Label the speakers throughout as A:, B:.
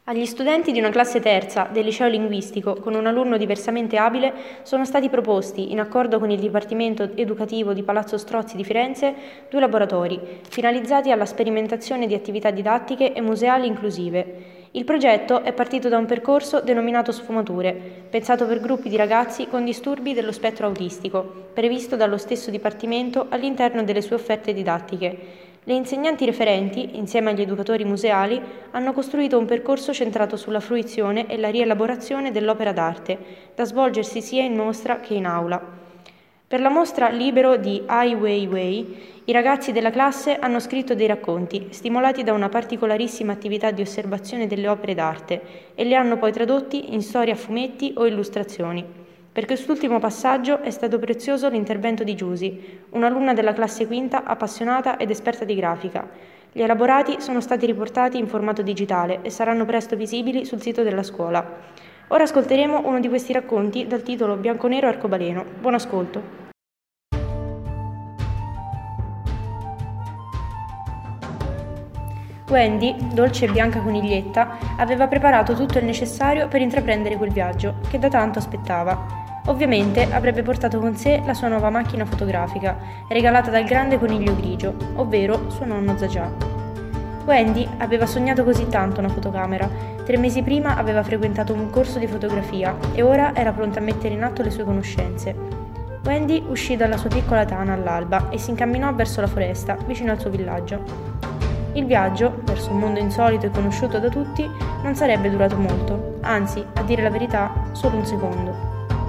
A: Agli studenti di una classe terza del liceo linguistico con un alunno diversamente abile sono stati proposti, in accordo con il Dipartimento Educativo di Palazzo Strozzi di Firenze, 2 laboratori finalizzati alla sperimentazione di attività didattiche e museali inclusive. Il progetto è partito da un percorso denominato Sfumature, pensato per gruppi di ragazzi con disturbi dello spettro autistico, previsto dallo stesso Dipartimento all'interno delle sue offerte didattiche. Le insegnanti referenti, insieme agli educatori museali, hanno costruito un percorso centrato sulla fruizione e la rielaborazione dell'opera d'arte, da svolgersi sia in mostra che in aula. Per la mostra Libero di Ai Weiwei, i ragazzi della classe hanno scritto dei racconti, stimolati da una particolarissima attività di osservazione delle opere d'arte, e li hanno poi tradotti in storie a fumetti o illustrazioni. Per quest'ultimo passaggio è stato prezioso l'intervento di Giusy, un'alunna della classe quinta appassionata ed esperta di grafica. Gli elaborati sono stati riportati in formato digitale e saranno presto visibili sul sito della scuola. Ora ascolteremo uno di questi racconti dal titolo Bianconero Arcobaleno. Buon ascolto. Wendy, dolce e bianca coniglietta, aveva preparato tutto il necessario per intraprendere quel viaggio che da tanto aspettava. Ovviamente avrebbe portato con sé la sua nuova macchina fotografica, regalata dal grande coniglio grigio, ovvero suo nonno Zaggià. Wendy aveva sognato così tanto una fotocamera. 3 mesi prima aveva frequentato un corso di fotografia e ora era pronta a mettere in atto le sue conoscenze. Wendy uscì dalla sua piccola tana all'alba e si incamminò verso la foresta, vicino al suo villaggio. Il viaggio, verso un mondo insolito e conosciuto da tutti, non sarebbe durato molto, anzi, a dire la verità, solo un secondo.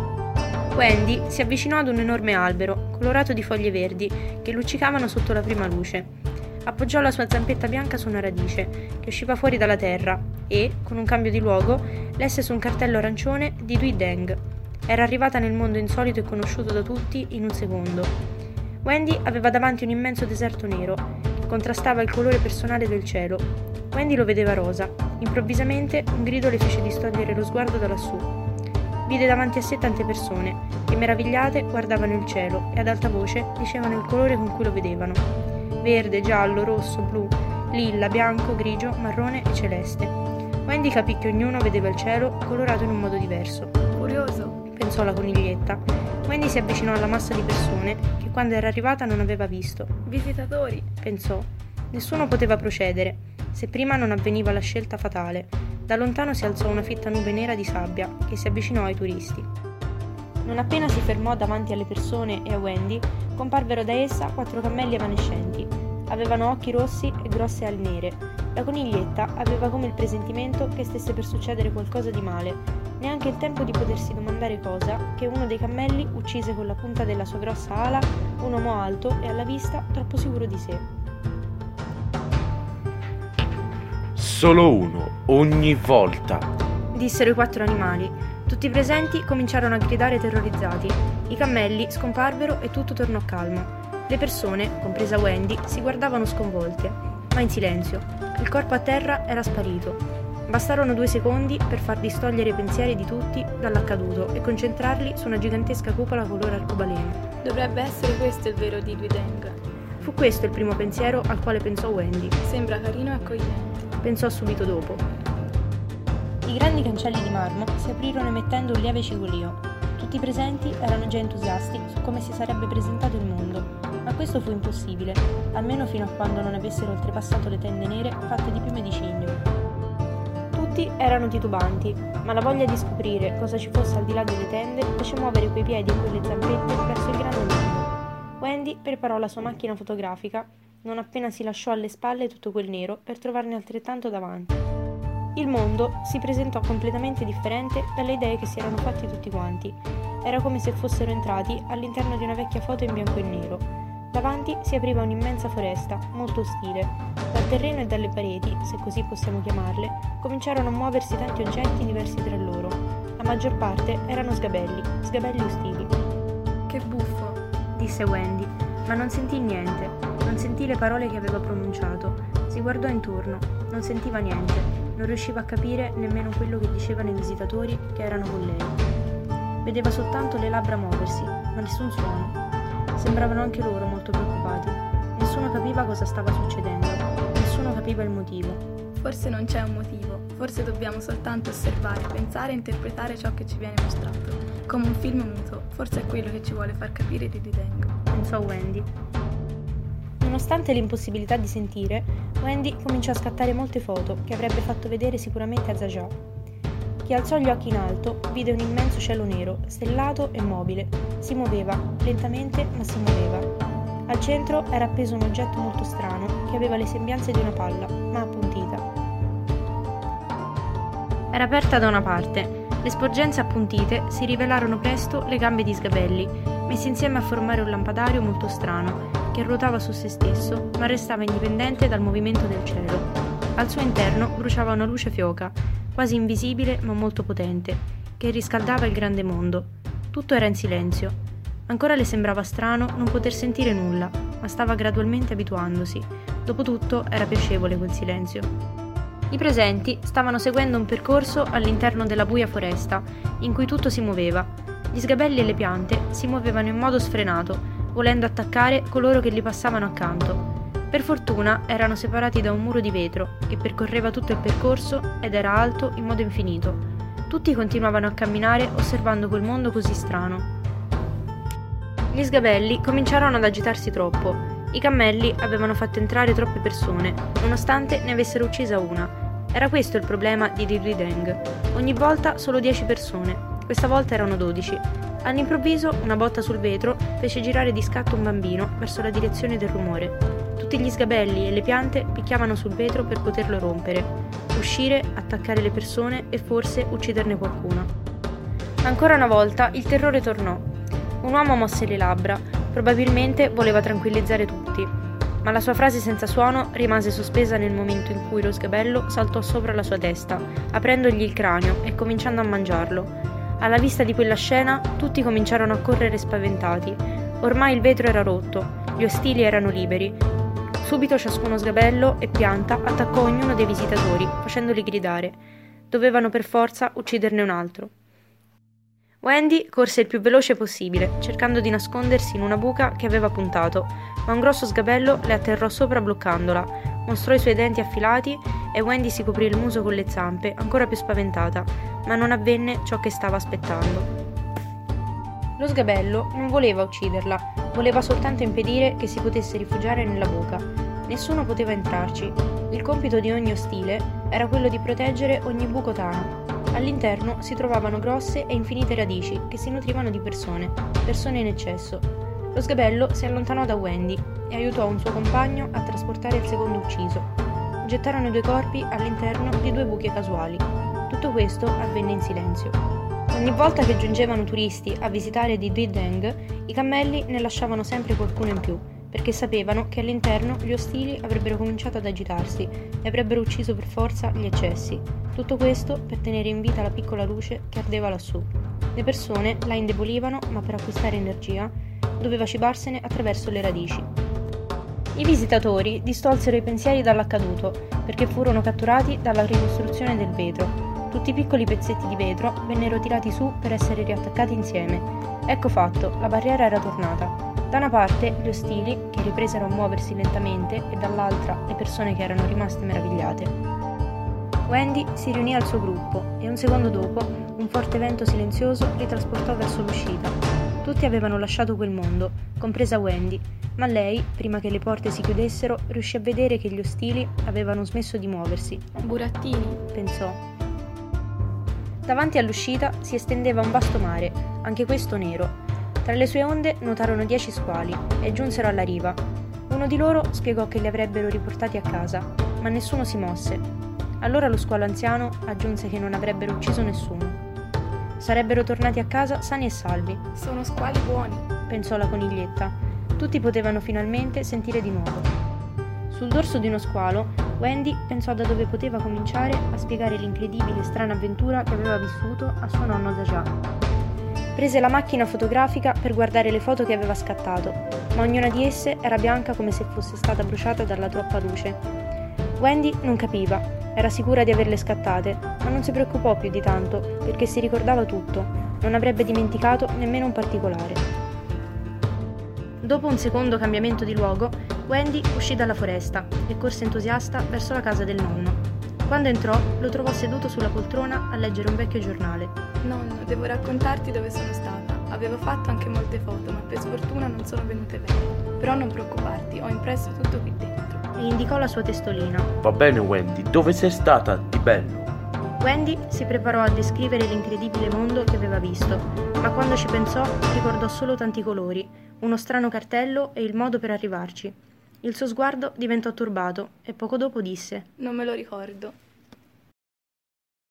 A: Wendy si avvicinò ad un enorme albero, colorato di foglie verdi, che luccicavano sotto la prima luce. Appoggiò la sua zampetta bianca su una radice, che usciva fuori dalla terra, e, con un cambio di luogo, lesse su un cartello arancione di Dui Deng. Era arrivata nel mondo insolito e conosciuto da tutti in un secondo. Wendy aveva davanti un immenso deserto nero, che contrastava il colore personale del cielo. Wendy lo vedeva rosa. Improvvisamente un grido le fece distogliere lo sguardo da lassù. Vide davanti a sé tante persone, che meravigliate guardavano il cielo e ad alta voce dicevano il colore con cui lo vedevano. Verde, giallo, rosso, blu, lilla, bianco, grigio, marrone e celeste. Wendy capì che ognuno vedeva il cielo colorato in un modo diverso.
B: Curioso,
A: pensò la coniglietta. Wendy si avvicinò alla massa di persone che quando era arrivata non aveva visto.
B: visitatori,
A: Pensò. Nessuno poteva procedere, se prima non avveniva la scelta fatale. Da lontano si alzò una fitta nube nera di sabbia che si avvicinò ai turisti. Non appena si fermò davanti alle persone e a Wendy, comparvero da essa 4 cammelli evanescenti. Avevano occhi rossi e grosse ali nere. La coniglietta aveva come il presentimento che stesse per succedere qualcosa di male. Neanche il tempo di potersi domandare cosa, che uno dei cammelli uccise con la punta della sua grossa ala un uomo alto e alla vista troppo sicuro di sé.
C: Solo uno, ogni volta,
A: dissero i 4 animali. Tutti i presenti cominciarono a gridare terrorizzati. I cammelli scomparvero e tutto tornò calmo. Le persone, compresa Wendy, si guardavano sconvolte, ma in silenzio. Il corpo a terra era sparito. Bastarono 2 secondi per far distogliere i pensieri di tutti dall'accaduto e concentrarli su una gigantesca cupola color arcobaleno.
B: dovrebbe essere questo il vero di Dui Deng.
A: Fu questo il primo pensiero al quale pensò Wendy.
B: Sembra carino e accogliente.
A: Pensò subito dopo. I grandi cancelli di marmo si aprirono emettendo un lieve cigolio. Tutti i presenti erano già entusiasti su come si sarebbe presentato il mondo, ma questo fu impossibile, almeno fino a quando non avessero oltrepassato le tende nere fatte di piume di cigno. Tutti erano titubanti, ma la voglia di scoprire cosa ci fosse al di là delle tende fece muovere quei piedi e quelle zampette verso il grande mondo. Wendy preparò la sua macchina fotografica non appena si lasciò alle spalle tutto quel nero per trovarne altrettanto davanti. Il mondo si presentò completamente differente dalle idee che si erano fatti tutti quanti. Era come se fossero entrati all'interno di una vecchia foto in bianco e nero. Davanti si apriva un'immensa foresta, molto ostile. Dal terreno e dalle pareti, se così possiamo chiamarle, cominciarono a muoversi tanti oggetti diversi tra loro. La maggior parte erano sgabelli ostili.
B: Che buffo,
A: disse Wendy, ma non sentì niente. Non sentì le parole che aveva pronunciato. Si guardò intorno. Non sentiva niente. Non riusciva a capire nemmeno quello che dicevano i visitatori che erano con lei. Vedeva soltanto le labbra muoversi, ma nessun suono. Sembravano anche loro molto preoccupati. Nessuno capiva cosa stava succedendo. Nessuno capiva il motivo.
B: Forse non c'è un motivo, forse dobbiamo soltanto osservare, pensare e interpretare ciò che ci viene mostrato. Come un film muto, forse è quello che ci vuole far capire Lily Deng,
A: pensò Wendy. Nonostante l'impossibilità di sentire, Wendy cominciò a scattare molte foto che avrebbe fatto vedere sicuramente a Zaja. Chi alzò gli occhi in alto vide un immenso cielo nero, stellato e mobile. Si muoveva, lentamente ma si muoveva. Al centro era appeso un oggetto molto strano che aveva le sembianze di una palla, ma appuntita. Era aperta da una parte. Le sporgenze appuntite si rivelarono presto le gambe di sgabelli, messi insieme a formare un lampadario molto strano, che ruotava su se stesso, ma restava indipendente dal movimento del cielo. Al suo interno bruciava una luce fioca, quasi invisibile ma molto potente, che riscaldava il grande mondo. Tutto era in silenzio. Ancora le sembrava strano non poter sentire nulla, ma stava gradualmente abituandosi. Dopotutto era piacevole quel silenzio. I presenti stavano seguendo un percorso all'interno della buia foresta, in cui tutto si muoveva. Gli sgabelli e le piante si muovevano in modo sfrenato, volendo attaccare coloro che gli passavano accanto. Per fortuna erano separati da un muro di vetro, che percorreva tutto il percorso ed era alto in modo infinito. Tutti continuavano a camminare osservando quel mondo così strano. Gli sgabelli cominciarono ad agitarsi troppo. I cammelli avevano fatto entrare troppe persone, nonostante ne avessero uccisa una. Era questo il problema di Lily Deng. Ogni volta solo 10 persone, questa volta erano 12. All'improvviso una botta sul vetro fece girare di scatto un bambino verso la direzione del rumore. Tutti gli sgabelli e le piante picchiavano sul vetro per poterlo rompere, uscire, attaccare le persone e forse ucciderne qualcuno. Ancora una volta il terrore tornò. Un uomo mosse le labbra, probabilmente voleva tranquillizzare tutti, ma la sua frase senza suono rimase sospesa nel momento in cui lo sgabello saltò sopra la sua testa, aprendogli il cranio e cominciando a mangiarlo. Alla vista di quella scena tutti cominciarono a correre spaventati. Ormai il vetro era rotto, gli ostili erano liberi. Subito ciascuno sgabello e pianta attaccò ognuno dei visitatori, facendoli gridare. Dovevano per forza ucciderne un altro. Wendy corse il più veloce possibile, cercando di nascondersi in una buca che aveva puntato, ma un grosso sgabello le atterrò sopra bloccandola, mostrò i suoi denti affilati e Wendy si coprì il muso con le zampe, ancora più spaventata, ma non avvenne ciò che stava aspettando. Lo sgabello non voleva ucciderla, voleva soltanto impedire che si potesse rifugiare nella buca. Nessuno poteva entrarci. Il compito di ogni ostile era quello di proteggere ogni buco tano. All'interno si trovavano grosse e infinite radici che si nutrivano di persone in eccesso. Lo sgabello si allontanò da Wendy e aiutò un suo compagno a trasportare il secondo ucciso. Gettarono i 2 corpi all'interno di 2 buche casuali. Tutto questo avvenne in silenzio. Ogni volta che giungevano turisti a visitare Lily Deng, i cammelli ne lasciavano sempre qualcuno in più, perché sapevano che all'interno gli ostili avrebbero cominciato ad agitarsi e avrebbero ucciso per forza gli eccessi. Tutto questo per tenere in vita la piccola luce che ardeva lassù. Le persone la indebolivano, ma per acquistare energia doveva cibarsene attraverso le radici. I visitatori distolsero i pensieri dall'accaduto, perché furono catturati dalla ricostruzione del vetro. Tutti i piccoli pezzetti di vetro vennero tirati su per essere riattaccati insieme. Ecco fatto, la barriera era tornata. Da una parte gli ostili, che ripresero a muoversi lentamente, e dall'altra le persone che erano rimaste meravigliate. Wendy si riunì al suo gruppo e un secondo dopo un forte vento silenzioso li trasportò verso l'uscita. Tutti avevano lasciato quel mondo, compresa Wendy, ma lei, prima che le porte si chiudessero, riuscì a vedere che gli ostili avevano smesso di muoversi.
B: Burattini,
A: Pensò. Davanti all'uscita si estendeva un vasto mare, anche questo nero. Tra le sue onde nuotarono 10 squali e giunsero alla riva. Uno di loro spiegò che li avrebbero riportati a casa, ma nessuno si mosse. Allora lo squalo anziano aggiunse che non avrebbero ucciso nessuno. Sarebbero tornati a casa sani e salvi.
B: sono squali buoni.
A: Pensò la coniglietta. Tutti potevano finalmente sentire di nuovo. Sul dorso di uno squalo, Wendy pensò da dove poteva cominciare a spiegare l'incredibile e strana avventura che aveva vissuto a suo nonno Zaja. Prese la macchina fotografica per guardare le foto che aveva scattato, ma ognuna di esse era bianca come se fosse stata bruciata dalla troppa luce. Wendy non capiva, era sicura di averle scattate, ma non si preoccupò più di tanto, perché si ricordava tutto, non avrebbe dimenticato nemmeno un particolare. Dopo un secondo cambiamento di luogo, Wendy uscì dalla foresta e corse entusiasta verso la casa del nonno. Quando entrò, lo trovò seduto sulla poltrona a leggere un vecchio giornale.
B: Nonno, devo raccontarti dove sono stata. Avevo fatto anche molte foto, ma per sfortuna non sono venute bene. Però non preoccuparti, ho impresso tutto qui dentro.
A: E indicò la sua testolina.
C: Va bene, Wendy, dove sei stata di bello?
A: Wendy si preparò a descrivere l'incredibile mondo che aveva visto, ma quando ci pensò ricordò solo tanti colori, uno strano cartello e il modo per arrivarci. Il suo sguardo diventò turbato e poco dopo disse:
B: Non me lo ricordo.